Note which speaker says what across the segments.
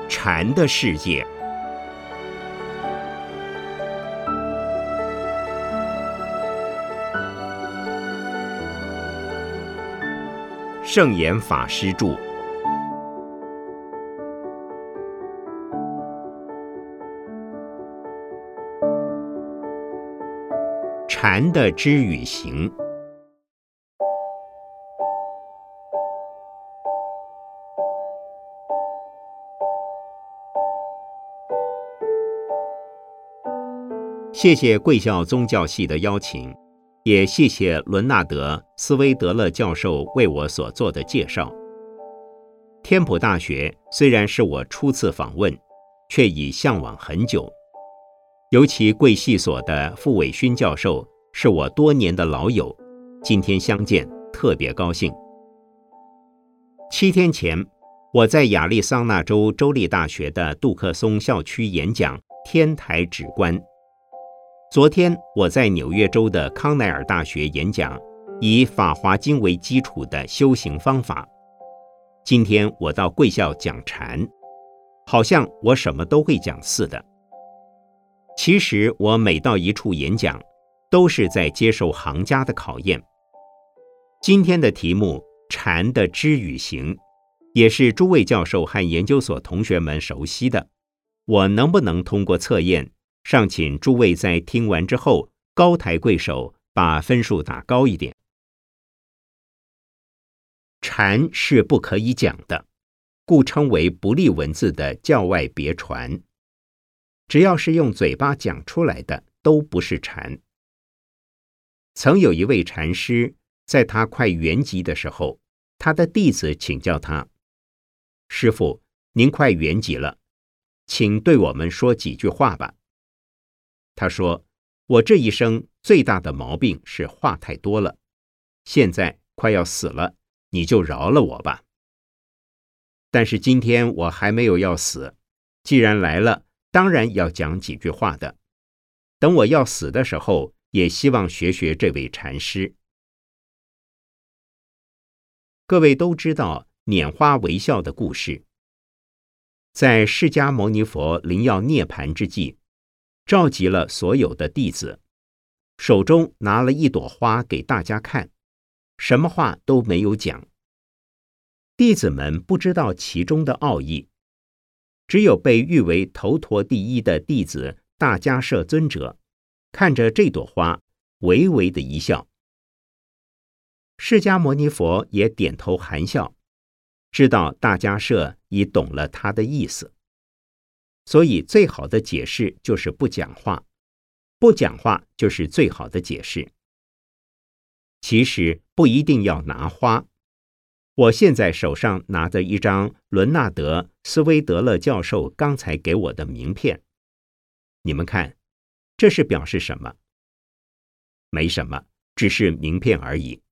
Speaker 1: 禅的世界。圣严法师著。禅的知与行。谢谢贵校宗教系的邀请，也谢谢伦纳德·斯威德勒教授为我所做的介绍。天普大学虽然是我初次访问，却已向往很久。尤其贵系所的傅伟勋教授是我多年的老友，今天相见特别高兴。7天前，我在亚利桑那州州立大学的杜克松校区演讲《天台止观》。昨天我在纽约州的康奈尔大学演讲以法华经为基础的修行方法。今天我到贵校讲禅，好像我什么都会讲似的。其实我每到一处演讲，都是在接受行家的考验。今天的题目禅的知与行，也是诸位教授和研究所同学们熟悉的。我能不能通过测验，尚请诸位在听完之后高抬贵手，把分数打高一点。禅是不可以讲的，故称为不立文字的教外别传。只要是用嘴巴讲出来的，都不是禅。曾有一位禅师，在他快圆寂的时候，他的弟子请教他：师父，您快圆寂了，请对我们说几句话吧。他说：我这一生最大的毛病是话太多了，现在快要死了，你就饶了我吧。但是今天我还没有要死，既然来了，当然要讲几句话的。等我要死的时候，也希望学学这位禅师。各位都知道拈花微笑的故事。在释迦牟尼佛临要涅槃之际，召集了所有的弟子，手中拿了一朵花给大家看，什么话都没有讲。弟子们不知道其中的奥义，只有被誉为头陀第一的弟子大迦摄尊者，看着这朵花，微微的一笑。释迦牟尼佛也点头含笑，知道大迦摄已懂了他的意思。所以最好的解释就是不讲话，不讲话就是最好的解释。其实不一定要拿花。我现在手上拿着一张伦纳德·斯威德勒教授刚才给我的名片，你们看，这是表示什么？没什么，只是名片而已。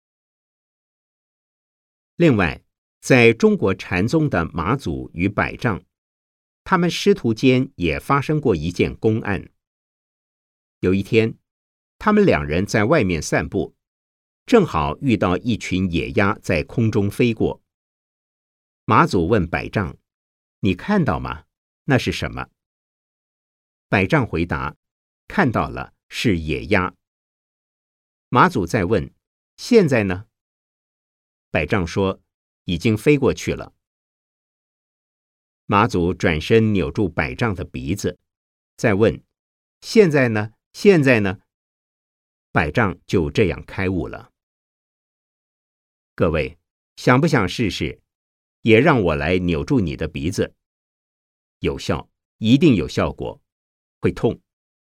Speaker 1: 另外，在中国禅宗的马祖与百丈，他们师徒间也发生过一件公案。有一天，他们两人在外面散步，正好遇到一群野鸭在空中飞过。马祖问百丈：你看到吗？那是什么？百丈回答：看到了，是野鸭。马祖再问：现在呢？百丈说：已经飞过去了。马祖转身扭住百丈的鼻子，再问：现在呢？现在呢？百丈就这样开悟了。各位，想不想试试？也让我来扭住你的鼻子。有效，一定有效果，会痛。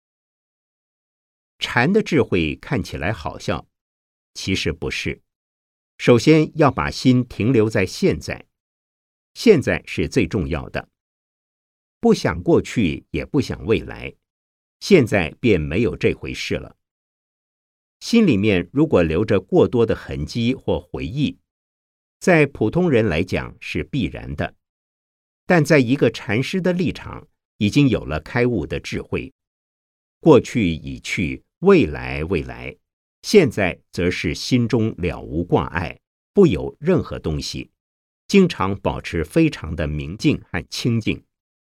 Speaker 1: 禅的智慧看起来好笑，其实不是。首先要把心停留在现在，现在是最重要的。不想过去，也不想未来，现在便没有这回事了。心里面如果留着过多的痕迹或回忆，在普通人来讲是必然的，但在一个禅师的立场，已经有了开悟的智慧。过去已去，未来未来，现在则是心中了无挂碍，不有任何东西， 经常保持非常的明净和清净。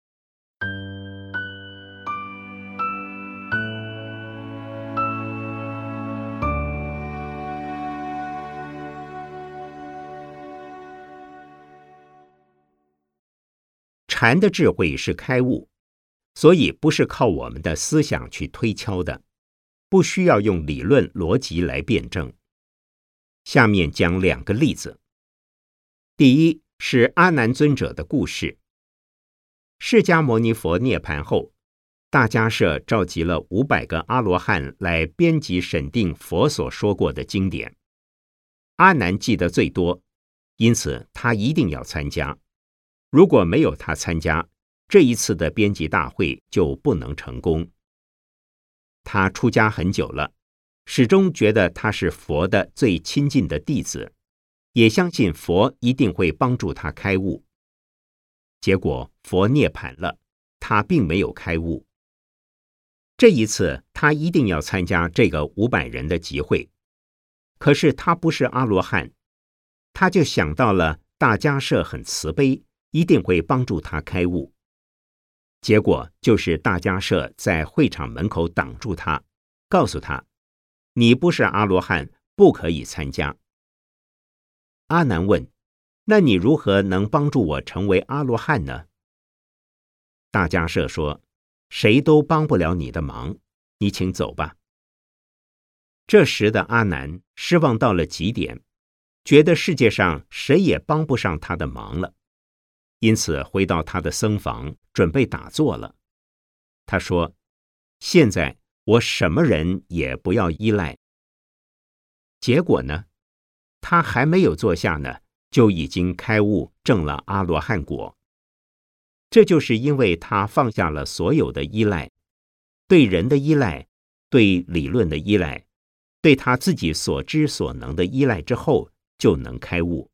Speaker 1: 禅的智慧是开悟，所以不是靠我们的思想去推敲的，不需要用理论逻辑来辩证。下面讲2个例子。第一是阿难尊者的故事。释迦牟尼佛涅槃后，大迦叶召集了500个阿罗汉来编辑审定佛所说过的经典。阿难记得最多，因此他一定要参加。如果没有他参加，这一次的编辑大会就不能成功。他出家很久了，始终觉得他是佛的最亲近的弟子，也相信佛一定会帮助他开悟。结果佛涅槃了，他并没有开悟。这一次他一定要参加这个500人的集会，可是他不是阿罗汉，他就想到了大迦叶很慈悲，一定会帮助他开悟。结果就是大迦叶在会场门口挡住他，告诉他：“你不是阿罗汉，不可以参加。”阿难问：“那你如何能帮助我成为阿罗汉呢？”大迦叶说：“谁都帮不了你的忙，你请走吧。”这时的阿难失望到了极点，觉得世界上谁也帮不上他的忙了。因此回到他的僧房，准备打坐了。他说：“现在我什么人也不要依赖。”结果呢，他还没有坐下呢，就已经开悟，证了阿罗汉果。这就是因为他放下了所有的依赖，对人的依赖，对理论的依赖，对他自己所知所能的依赖之后，就能开悟。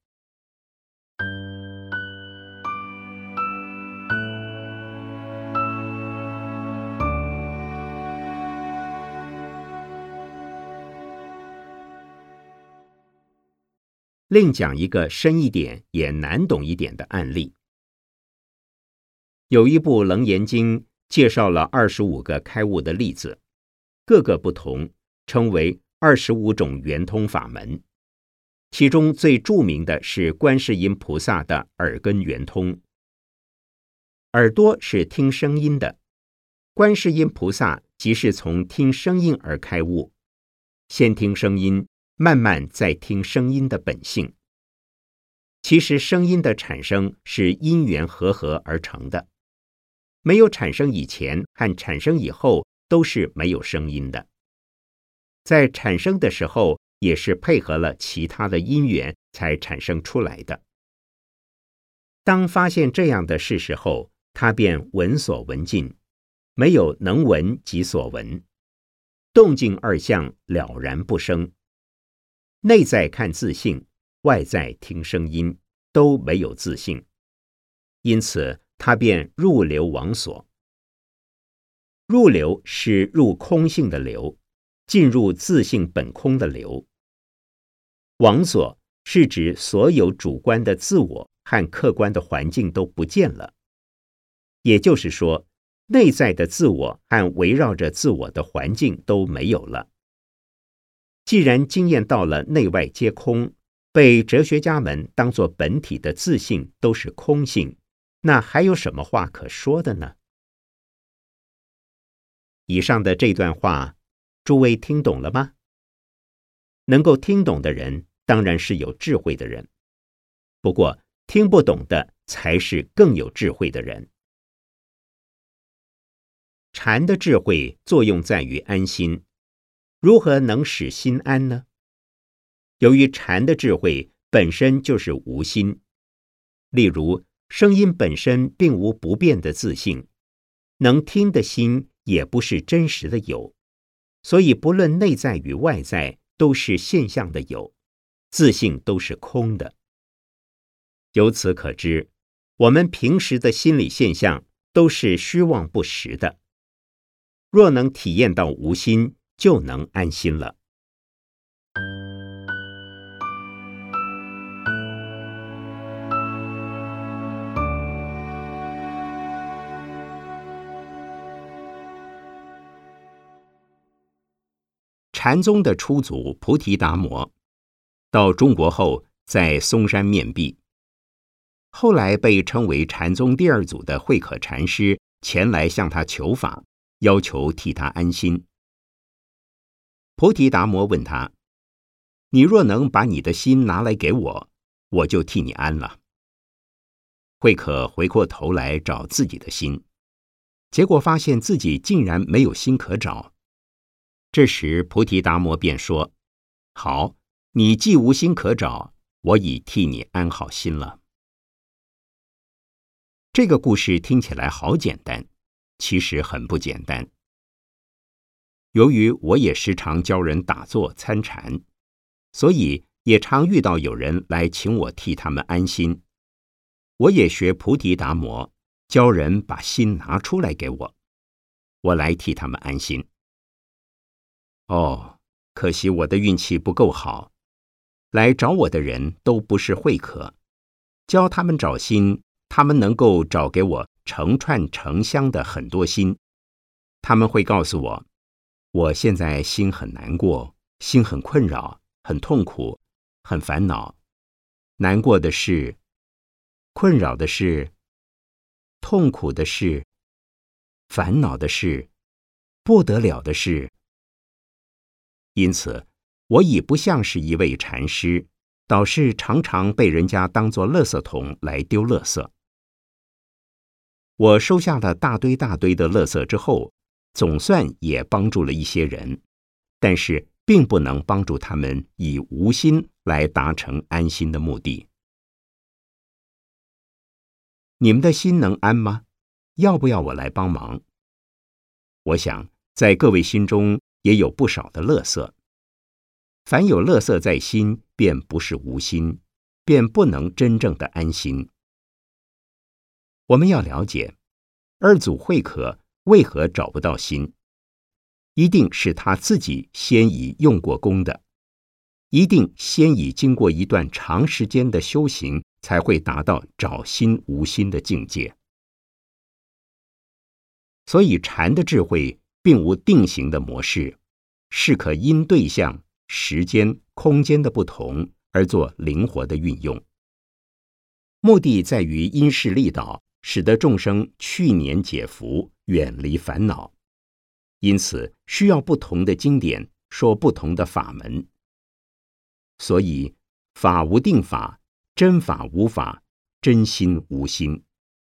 Speaker 1: 另讲一个深一点也难懂一点的案例。有一部《楞严经》介绍了25个开悟的例子，各个不同，称为25种圆通法门。其中最著名的是观世音菩萨的耳根圆通。耳朵是听声音的，观世音菩萨即是从听声音而开悟，先听声音，慢慢再听声音的本性。其实声音的产生是因缘和合而成的，没有产生以前和产生以后都是没有声音的。在产生的时候，也是配合了其他的因缘才产生出来的。当发现这样的事实后，他便闻所闻尽，没有能闻及所闻，动静二相了然不生。内在看自性，外在听声音，都没有自性，因此他便入流往所。入流是入空性的流，进入自性本空的流。往所是指所有主观的自我和客观的环境都不见了，也就是说，内在的自我和围绕着自我的环境都没有了。既然经验到了内外皆空，被哲学家们当作本体的自性都是空性，那还有什么话可说的呢？以上的这段话，诸位听懂了吗？能够听懂的人，当然是有智慧的人。不过，听不懂的才是更有智慧的人。禅的智慧作用在于安心，如何能使心安呢？由于禅的智慧本身就是无心，例如声音本身并无不变的自性，能听的心也不是真实的有，所以不论内在与外在，都是现象的有，自性都是空的。由此可知，我们平时的心理现象都是虚妄不实的。若能体验到无心，就能安心了。 禅宗的初祖菩提达摩，到中国后在嵩山面壁，后来被称为禅宗第二祖的慧可禅师前来向他求法，要求替他安心。菩提达摩问他：你若能把你的心拿来给我，我就替你安了。慧可回过头来找自己的心，结果发现自己竟然没有心可找。这时菩提达摩便说：好，你既无心可找，我已替你安好心了。这个故事听起来好简单，其实很不简单。由于我也时常教人打坐参禅，所以也常遇到有人来请我替他们安心。我也学菩提达摩，教人把心拿出来给我，我来替他们安心。哦，可惜我的运气不够好，来找我的人都不是慧可，教他们找心，他们能够找给我成串成箱的很多心。他们会告诉我，我现在心很难过，心很困扰，很痛苦，很烦恼。难过的是，困扰的是，痛苦的是，烦恼的是，不得了的是。因此，我已不像是一位禅师，倒是常常被人家当作垃圾桶来丢垃圾。我收下了大堆大堆的垃圾之后，总算也帮助了一些人，但是并不能帮助他们以无心来达成安心的目的。你们的心能安吗？要不要我来帮忙？我想，在各位心中也有不少的垃圾。凡有垃圾在心，便不是无心，便不能真正的安心。我们要了解，二祖慧可为何找不到心，一定是他自己先已用过功的，一定先已经过一段长时间的修行，才会达到找心无心的境界。所以禅的智慧并无定型的模式，是可因对象、时间、空间的不同而做灵活的运用。目的在于因势利导，使得众生去年解福，远离烦恼。因此需要不同的经典，说不同的法门。所以法无定法，真法无法，真心无心。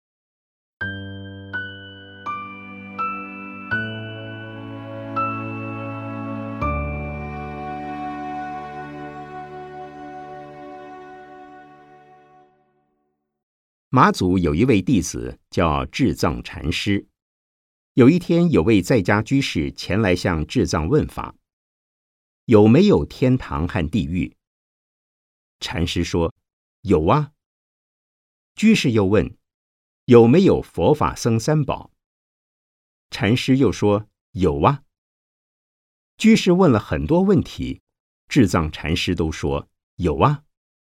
Speaker 1: 马祖有一位弟子叫智藏禅师。有一天，有位在家居士前来向智藏问法：有没有天堂和地狱？禅师说：有啊。居士又问：有没有佛法僧三宝？禅师又说：有啊。居士问了很多问题，智藏禅师都说：有啊。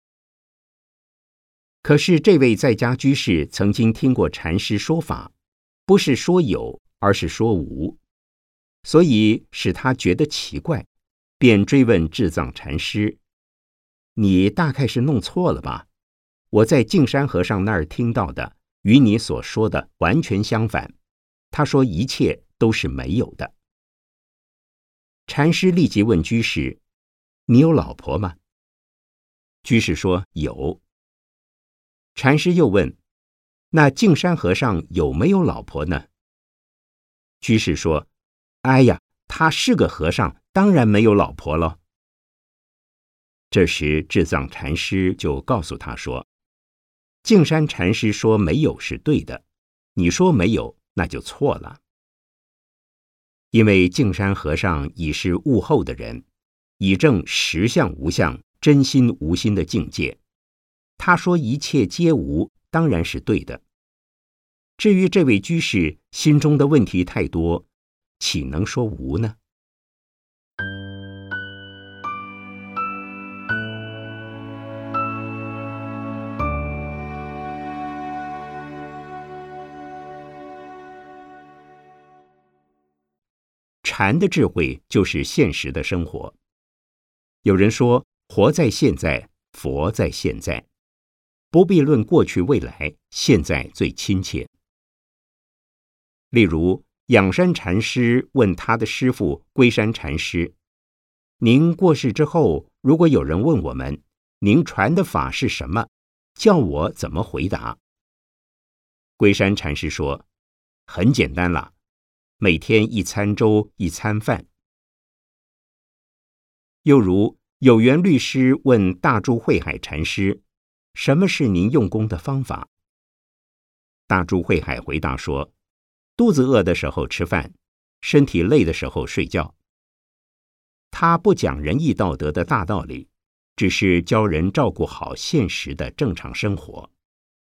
Speaker 1: 可是这位在家居士曾经听过禅师说法，不是说有，而是说无，所以使他觉得奇怪，便追问智藏禅师：你大概是弄错了吧？我在净山和尚那儿听到的，与你所说的完全相反。他说一切都是没有的。禅师立即问居士：你有老婆吗？居士说：有。禅师又问：那净山和尚有没有老婆呢？居士说：哎呀，他是个和尚，当然没有老婆了。这时智藏禅师就告诉他说：净山禅师说没有是对的，你说没有那就错了。因为净山和尚已是悟后的人，已证实相无相、真心无心的境界，他说一切皆无，当然是对的。至于这位居士心中的问题太多，岂能说无呢？ 禅的智慧就是现实的生活。有人说，活在现在，佛在现在，不必论过去未来，现在最亲切。例如，仰山禅师问他的师父龟山禅师：“您过世之后，如果有人问我们，您传的法是什么？叫我怎么回答？”龟山禅师说：“很简单啦，每天一餐粥，一餐饭。”又如，有缘律师问大珠慧海禅师：“什么是您用功的方法？”大珠慧海回答说：“肚子饿的时候吃饭，身体累的时候睡觉。”他不讲仁义道德的大道理，只是教人照顾好现实的正常生活。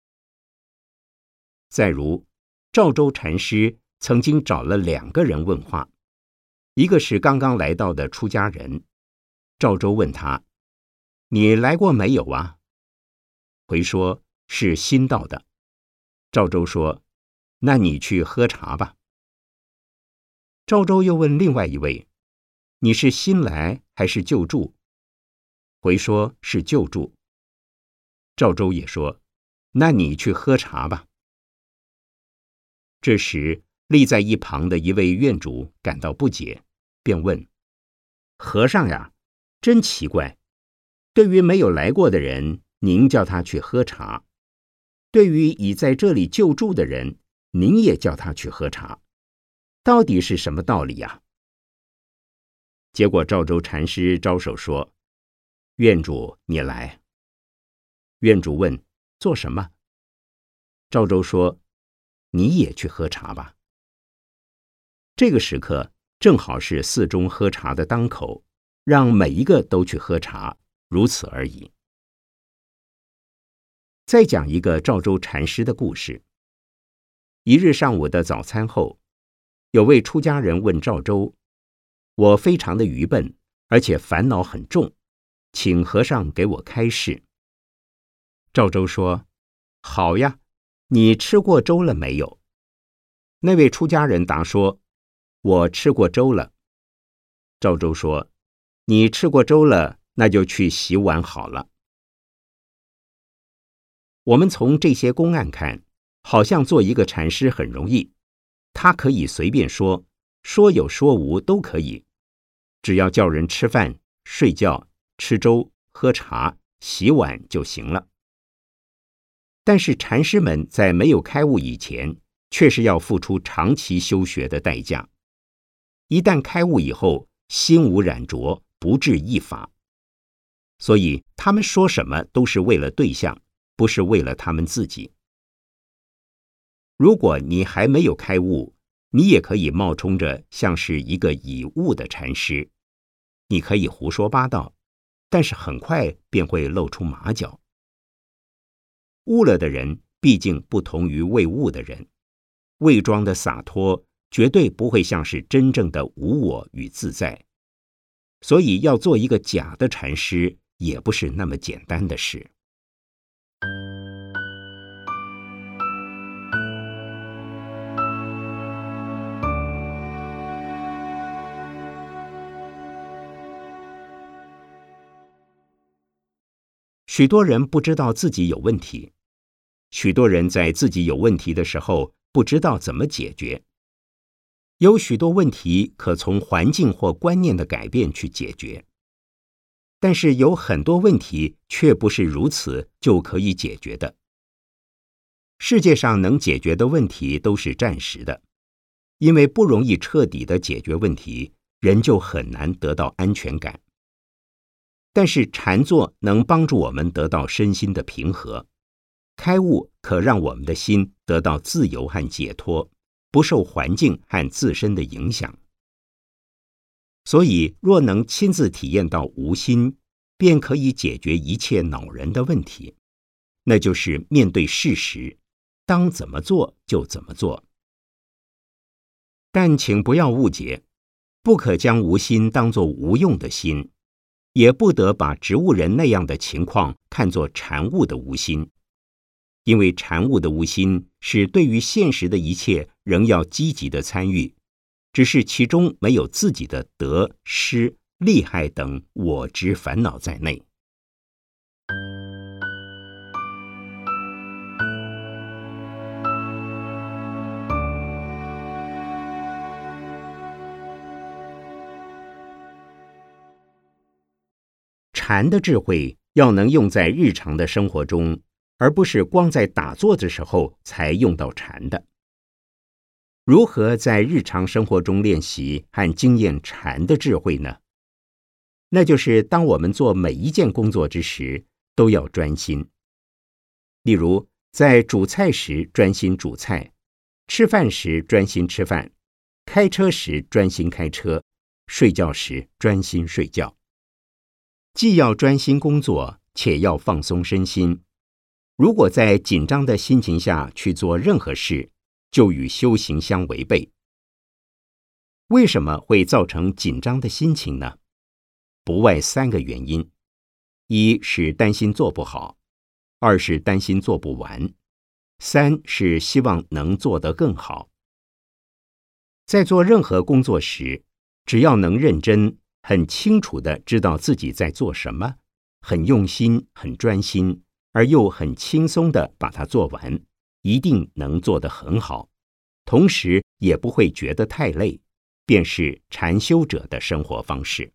Speaker 1: 再如，赵州禅师曾经找了2个人问话，一个是刚刚来到的出家人。赵州问他：“你来过没有啊？”回说：“是新到的。”赵州说：“那你去喝茶吧。”赵州又问另外一位：“你是新来还是旧住？”回说是旧住。赵州也说：“那你去喝茶吧。”这时，立在一旁的一位院主感到不解，便问：“和尚呀，真奇怪，对于没有来过的人，您叫他去喝茶；对于已在这里就住的人，您也叫他去喝茶，到底是什么道理呀？”结果赵州禅师招手说：“院主，你来。”院主问：“做什么？”赵州说：“你也去喝茶吧。”这个时刻正好是寺中喝茶的当口，让每一个都去喝茶，如此而已。再讲一个赵州禅师的故事。一日上午的早餐后，有位出家人问赵州：“我非常的愚笨，而且烦恼很重，请和尚给我开示。”赵州说：“好呀，你吃过粥了没有？”那位出家人答说：“我吃过粥了。”赵州说：“你吃过粥了，那就去洗碗好了。”我们从这些公案看，好像做一个禅师很容易，他可以随便说，说有说无都可以，只要叫人吃饭、睡觉、吃粥、喝茶、洗碗就行了。但是禅师们在没有开悟以前，却是要付出长期修学的代价。一旦开悟以后，心无染着，不至一法。所以他们说什么都是为了对象，不是为了他们自己。如果你还没有开悟，你也可以冒充着像是一个已悟的禅师，你可以胡说八道，但是很快便会露出马脚。悟了的人毕竟不同于未悟的人，伪装的洒脱绝对不会像是真正的无我与自在，所以要做一个假的禅师也不是那么简单的事。许多人不知道自己有问题，许多人在自己有问题的时候不知道怎么解决。有许多问题可从环境或观念的改变去解决，但是有很多问题却不是如此就可以解决的。世界上能解决的问题都是暂时的，因为不容易彻底的解决问题，人就很难得到安全感。但是禅坐能帮助我们得到身心的平和，开悟可让我们的心得到自由和解脱，不受环境和自身的影响。所以若能亲自体验到无心，便可以解决一切恼人的问题，那就是面对事实，当怎么做就怎么做。但请不要误解，不可将无心当作无用的心，也不得把植物人那样的情况看作禅悟的无心，因为禅悟的无心是对于现实的一切仍要积极的参与， 只是其中没有自己的得失、利害等我执烦恼在内。禅的智慧要能用在日常的生活中，而不是光在打坐的时候才用到禅的。如何在日常生活中练习和经验禅的智慧呢？那就是当我们做每一件工作之时，都要专心。例如，在煮菜时专心煮菜，吃饭时专心吃饭，开车时专心开车，睡觉时专心睡觉。既要专心工作，且要放松身心。如果在紧张的心情下去做任何事，就与修行相违背。为什么会造成紧张的心情呢？不外3个原因：一是担心做不好，2是担心做不完，3是希望能做得更好。在做任何工作时，只要能认真、很清楚地知道自己在做什么，很用心、很专心，而又很轻松地把它做完，一定能做得很好，同时也不会觉得太累，便是禅修者的生活方式。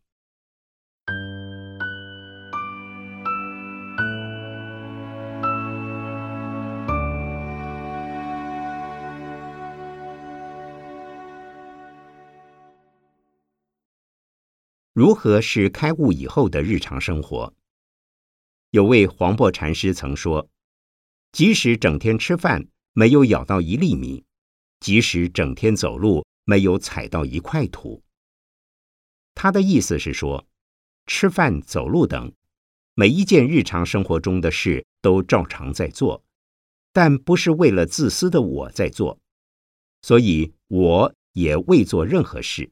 Speaker 1: 如何是开悟以后的日常生活？有位黄檗禅师曾说，即使整天吃饭没有咬到1粒米，即使整天走路没有踩到1块土。他的意思是说，吃饭、走路等每一件日常生活中的事都照常在做，但不是为了自私的我在做，所以我也未做任何事。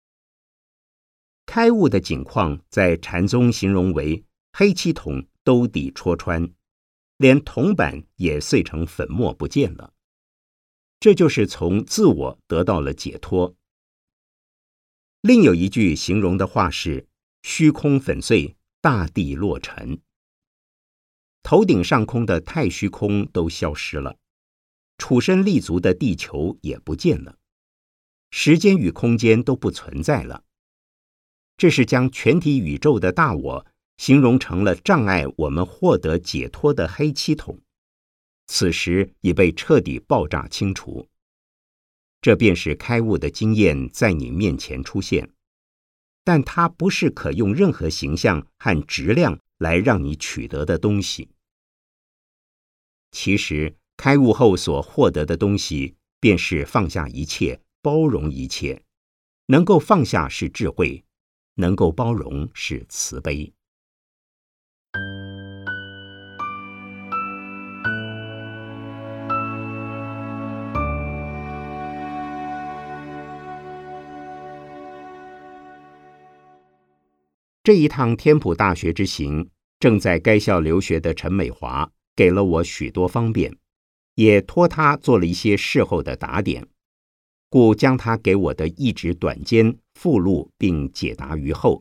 Speaker 1: 开悟的景况在禅宗形容为黑漆桶兜底戳穿，连铜板也碎成粉末不见了。这就是从自我得到了解脱。另有一句形容的话是虚空粉碎，大地落尘。头顶上空的太虚空都消失了，处身立足的地球也不见了，时间与空间都不存在了。这是将全体宇宙的大我形容成了障碍我们获得解脱的黑漆桶，此时已被彻底爆炸清除。这便是开悟的经验在你面前出现，但它不是可用任何形象和质量来让你取得的东西。其实开悟后所获得的东西，便是放下一切，包容一切。能够放下是智慧，能够包容是慈悲。这一趟天普大学之行，正在该校留学的陈美华给了我许多方便，也托他做了一些事后的打点，故将他给我的一纸短笺附录并解答于后。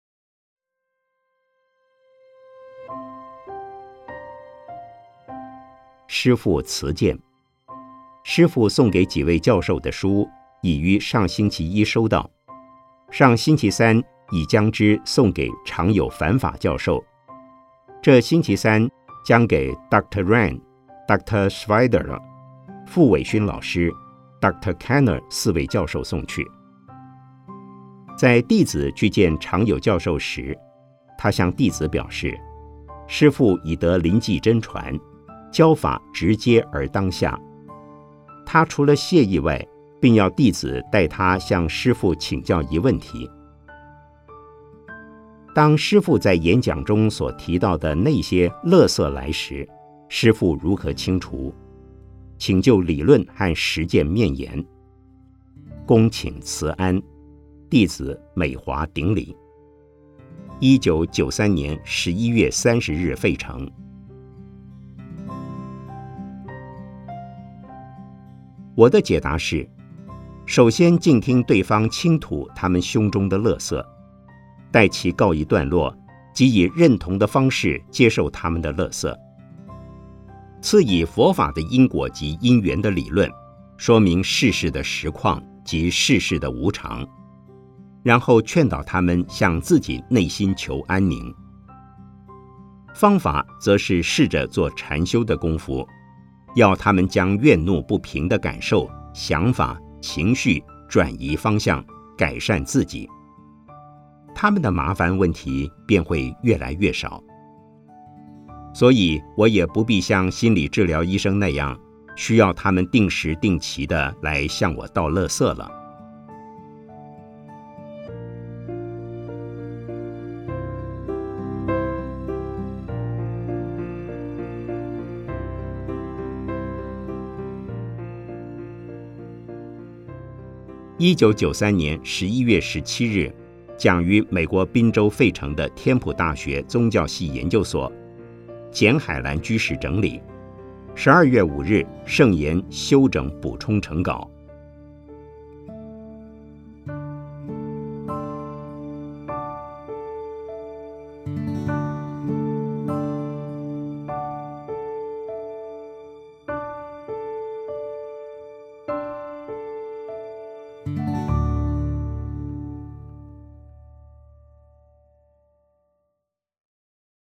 Speaker 1: 师父辞见，师父送给几位教授的书已于上星期一收到，上星期三已将之送给常有反法教授，这星期三将给 Dr. Rand、Dr. Schweider、傅伟勋老师、Dr. Kenner 4位教授送去。在弟子去见常有教授时，他向弟子表示，师父已得临济真传，教法直接而当下。他除了谢意外，并要弟子代他向师父请教一问题。当师父在演讲中所提到的那些垃圾来时，师父如何清除？请就理论和实践面言。恭请辞安，弟子美华顶礼。1993年11月30日费城。我的解答是： 首先静听对方倾吐他们胸中的垃圾，待其告一段落，即以认同的方式接受他们的垃圾。次以佛法的因果及因缘的理论，说明世事的实况及世事的无常，然后劝导他们向自己内心求安宁。方法则是试着做禅修的功夫，要他们将怨怒不平的感受、想法、情绪转移方向，改善自己，他们的麻烦问题便会越来越少。所以我也不必像心理治疗医生那样，需要他们定时定期的来向我倒垃圾了。1993年11月17日，讲于美国宾州费城的天普大学宗教系研究所，简海兰居士整理，12月5日圣言修整补充成稿。